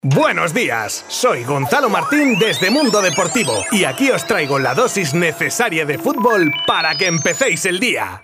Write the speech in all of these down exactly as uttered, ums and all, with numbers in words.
Buenos días, soy Gonzalo Martín desde Mundo Deportivo y aquí os traigo la dosis necesaria de fútbol para que empecéis el día.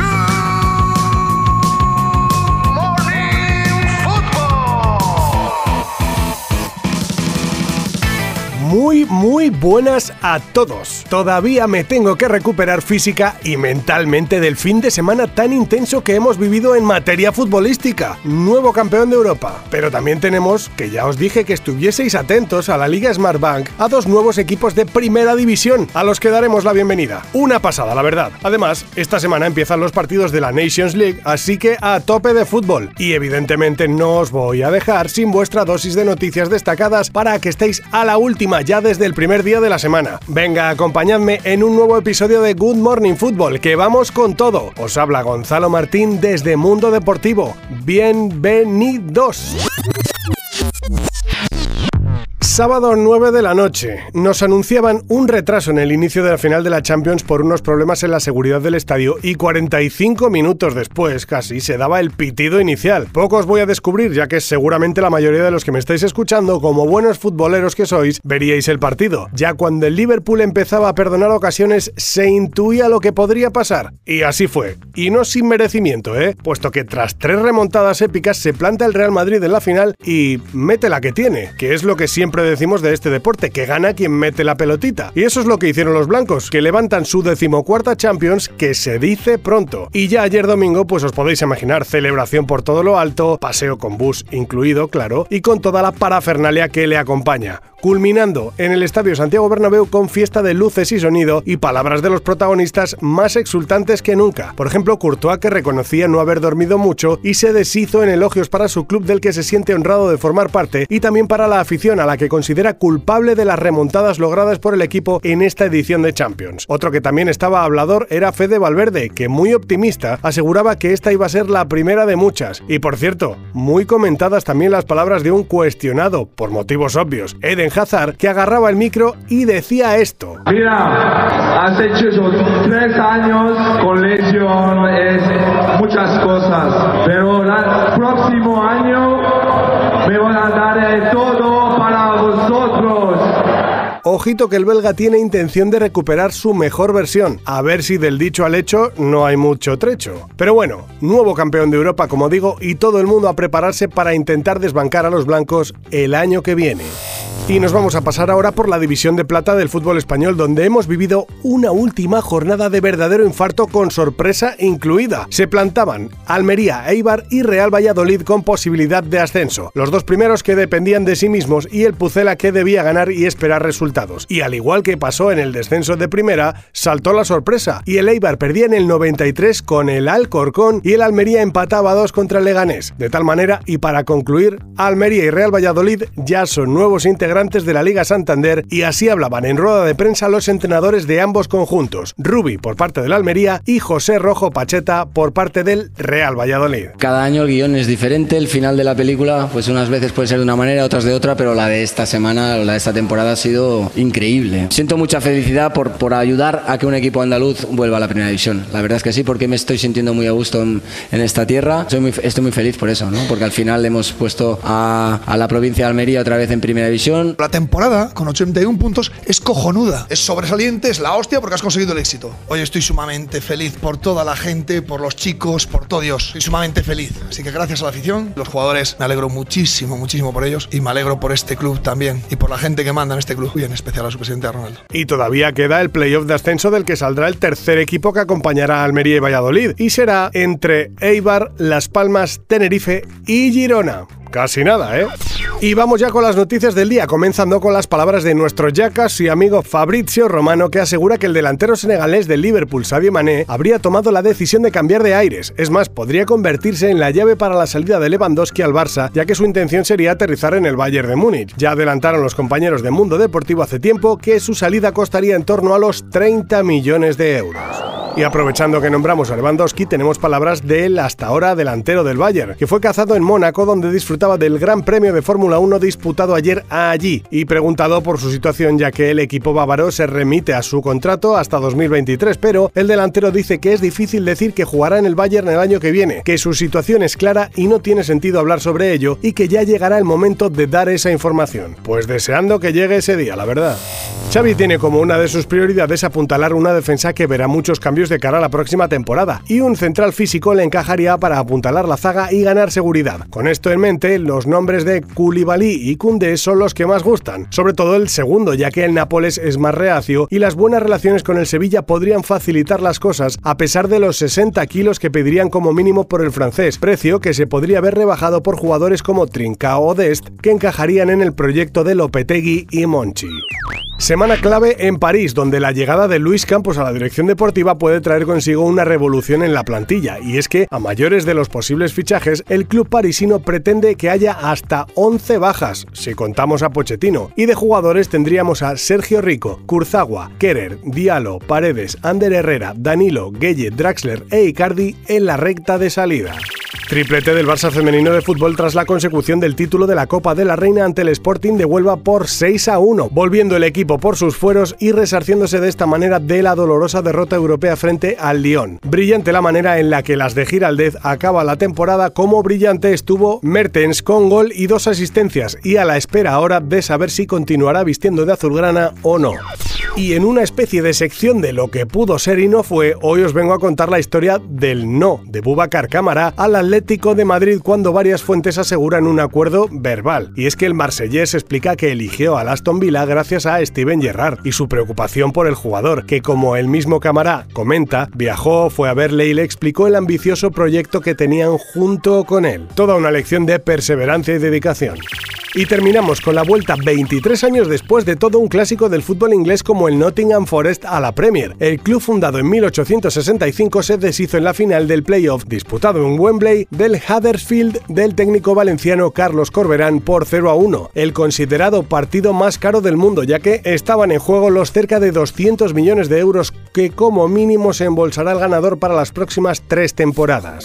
Muy, muy buenas a todos. Todavía me tengo que recuperar física y mentalmente del fin de semana tan intenso que hemos vivido en materia futbolística. Nuevo campeón de Europa. Pero también tenemos, que ya os dije que estuvieseis atentos a la Liga Smartbank, a dos nuevos equipos de primera división, a los que daremos la bienvenida. Una pasada, la verdad. Además, esta semana empiezan los partidos de la Nations League, así que a tope de fútbol. Y evidentemente no os voy a dejar sin vuestra dosis de noticias destacadas para que estéis a la última ya desde el primer día de la semana. Venga, acompañadme en un nuevo episodio de Good Morning Football, que vamos con todo. Os habla Gonzalo Martín desde Mundo Deportivo. Bienvenidos. Sábado nueve de la noche. Nos anunciaban un retraso en el inicio de la final de la Champions por unos problemas en la seguridad del estadio y cuarenta y cinco minutos después, casi, se daba el pitido inicial. Poco os voy a descubrir, ya que seguramente la mayoría de los que me estáis escuchando, como buenos futboleros que sois, veríais el partido. Ya cuando el Liverpool empezaba a perdonar ocasiones, se intuía lo que podría pasar. Y así fue. Y no sin merecimiento, ¿eh? Puesto que tras tres remontadas épicas se planta el Real Madrid en la final y mete la que tiene, que es lo que siempre decimos de este deporte, que gana quien mete la pelotita. Y eso es lo que hicieron los blancos, que levantan su decimocuarta Champions, que se dice pronto. Y ya ayer domingo, pues os podéis imaginar, celebración por todo lo alto, paseo con bus incluido, claro, y con toda la parafernalia que le acompaña, culminando en el Estadio Santiago Bernabéu con fiesta de luces y sonido y palabras de los protagonistas más exultantes que nunca. Por ejemplo, Courtois, que reconocía no haber dormido mucho y se deshizo en elogios para su club del que se siente honrado de formar parte, y también para la afición, a la que considera culpable de las remontadas logradas por el equipo en esta edición de Champions. Otro que también estaba hablador era Fede Valverde, que muy optimista aseguraba que esta iba a ser la primera de muchas. Y por cierto, muy comentadas también las palabras de un cuestionado, por motivos obvios, Eden Hazard, que agarraba el micro y decía esto. Mira, has hecho esos tres años con lesión, es muchas cosas, pero el próximo año me voy a dar todo para vosotros. Ojito que el belga tiene intención de recuperar su mejor versión, a ver si del dicho al hecho no hay mucho trecho. Pero bueno, nuevo campeón de Europa, como digo, y todo el mundo a prepararse para intentar desbancar a los blancos el año que viene. Y nos vamos a pasar ahora por la división de plata del fútbol español, donde hemos vivido una última jornada de verdadero infarto con sorpresa incluida. Se plantaban Almería, Eibar y Real Valladolid con posibilidad de ascenso. Los dos primeros que dependían de sí mismos y el Pucela, que debía ganar y esperar resultados. Y al igual que pasó en el descenso de primera, saltó la sorpresa y el Eibar perdía en el noventa y tres con el Alcorcón y el Almería empataba a dos contra el Leganés. De tal manera, y para concluir, Almería y Real Valladolid ya son nuevos integrantes de la Liga Santander, y así hablaban en rueda de prensa los entrenadores de ambos conjuntos, Rubi por parte del Almería y José Rojo Pacheta por parte del Real Valladolid. Cada año el guión es diferente, el final de la película pues unas veces puede ser de una manera, otras de otra, pero la de esta semana, la de esta temporada ha sido increíble. Siento mucha felicidad por, por ayudar a que un equipo andaluz vuelva a la primera división. La verdad es que sí, porque me estoy sintiendo muy a gusto en, en esta tierra. Soy muy, estoy muy feliz por eso, ¿no? Porque al final hemos puesto a, a la provincia de Almería otra vez en primera división. La temporada, con ochenta y uno puntos, es cojonuda, es sobresaliente, es la hostia porque has conseguido el éxito. Hoy estoy sumamente feliz por toda la gente, por los chicos, por todo Dios. Estoy sumamente feliz. Así que gracias a la afición, los jugadores, me alegro muchísimo, muchísimo por ellos y me alegro por este club también y por la gente que manda en este club y en especial a su presidente Ronaldo. Y todavía queda el playoff de ascenso, del que saldrá el tercer equipo que acompañará a Almería y Valladolid, y será entre Eibar, Las Palmas, Tenerife y Girona. Casi nada, ¿eh? Y vamos ya con las noticias del día, comenzando con las palabras de nuestro yacas y amigo Fabrizio Romano, que asegura que el delantero senegalés del Liverpool, Sadio Mané, habría tomado la decisión de cambiar de aires. Es más, podría convertirse en la llave para la salida de Lewandowski al Barça, ya que su intención sería aterrizar en el Bayern de Múnich. Ya adelantaron los compañeros de Mundo Deportivo hace tiempo que su salida costaría en torno a los treinta millones de euros. Y aprovechando que nombramos a Lewandowski, tenemos palabras del hasta ahora delantero del Bayern, que fue cazado en Mónaco, donde disfrutaba del Gran Premio de Fórmula uno disputado ayer allí, y preguntado por su situación, ya que el equipo bávaro se remite a su contrato hasta dos mil veintitrés, pero el delantero dice que es difícil decir que jugará en el Bayern el año que viene, que su situación es clara y no tiene sentido hablar sobre ello, y que ya llegará el momento de dar esa información. Pues deseando que llegue ese día, la verdad. Xavi tiene como una de sus prioridades apuntalar una defensa que verá muchos cambios de cara a la próxima temporada, y un central físico le encajaría para apuntalar la zaga y ganar seguridad. Con esto en mente, los nombres de Koulibaly y Koundé son los que más gustan, sobre todo el segundo, ya que el Nápoles es más reacio y las buenas relaciones con el Sevilla podrían facilitar las cosas, a pesar de los sesenta kilos que pedirían como mínimo por el francés, precio que se podría ver rebajado por jugadores como Trincao o Dest, que encajarían en el proyecto de Lopetegui y Monchi. Semana clave en París, donde la llegada de Luis Campos a la dirección deportiva puede traer consigo una revolución en la plantilla, y es que, a mayores de los posibles fichajes, el club parisino pretende que haya hasta once bajas, si contamos a Pochettino, y de jugadores tendríamos a Sergio Rico, Kurzawa, Kerer, Diallo, Paredes, Ander Herrera, Danilo, Gueye, Draxler e Icardi en la recta de salida. Triplete del Barça femenino de fútbol tras la consecución del título de la Copa de la Reina ante el Sporting de Huelva por seis a uno, volviendo el equipo por sus fueros y resarciéndose de esta manera de la dolorosa derrota europea frente al Lyon. Brillante la manera en la que las de Giraldez acaba la temporada, como brillante estuvo Mertens con gol y dos asistencias, y a la espera ahora de saber si continuará vistiendo de azulgrana o no. Y en una especie de sección de lo que pudo ser y no fue, hoy os vengo a contar la historia del no de Boubacar Kamara al Atlético de Madrid, cuando varias fuentes aseguran un acuerdo verbal. Y es que el marsellés explica que eligió al Aston Villa gracias a Steven Gerrard y su preocupación por el jugador, que como el mismo Kamara comenta, viajó, fue a verle y le explicó el ambicioso proyecto que tenían junto con él. Toda una lección de perseverancia y dedicación. Y terminamos con la vuelta veintitrés años después de todo un clásico del fútbol inglés como el Nottingham Forest a la Premier. El club, fundado en mil ochocientos sesenta y cinco, se deshizo en la final del playoff disputado en Wembley del Huddersfield del técnico valenciano Carlos Corberán por cero a uno, el considerado partido más caro del mundo, ya que estaban en juego los cerca de doscientos millones de euros que como mínimo se embolsará el ganador para las próximas tres temporadas.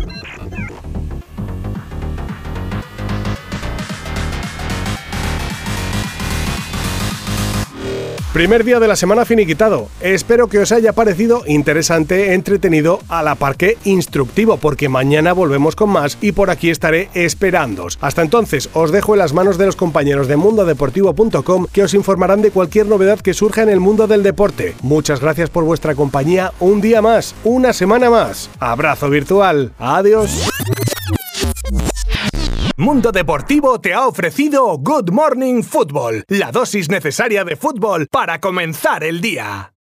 Primer día de la semana finiquitado. Espero que os haya parecido interesante, entretenido, a la par que instructivo, porque mañana volvemos con más y por aquí estaré esperándoos. Hasta entonces, os dejo en las manos de los compañeros de mundo deportivo punto com, que os informarán de cualquier novedad que surja en el mundo del deporte. Muchas gracias por vuestra compañía un día más, una semana más. Abrazo virtual. Adiós. Mundo Deportivo te ha ofrecido Good Morning Football, la dosis necesaria de fútbol para comenzar el día.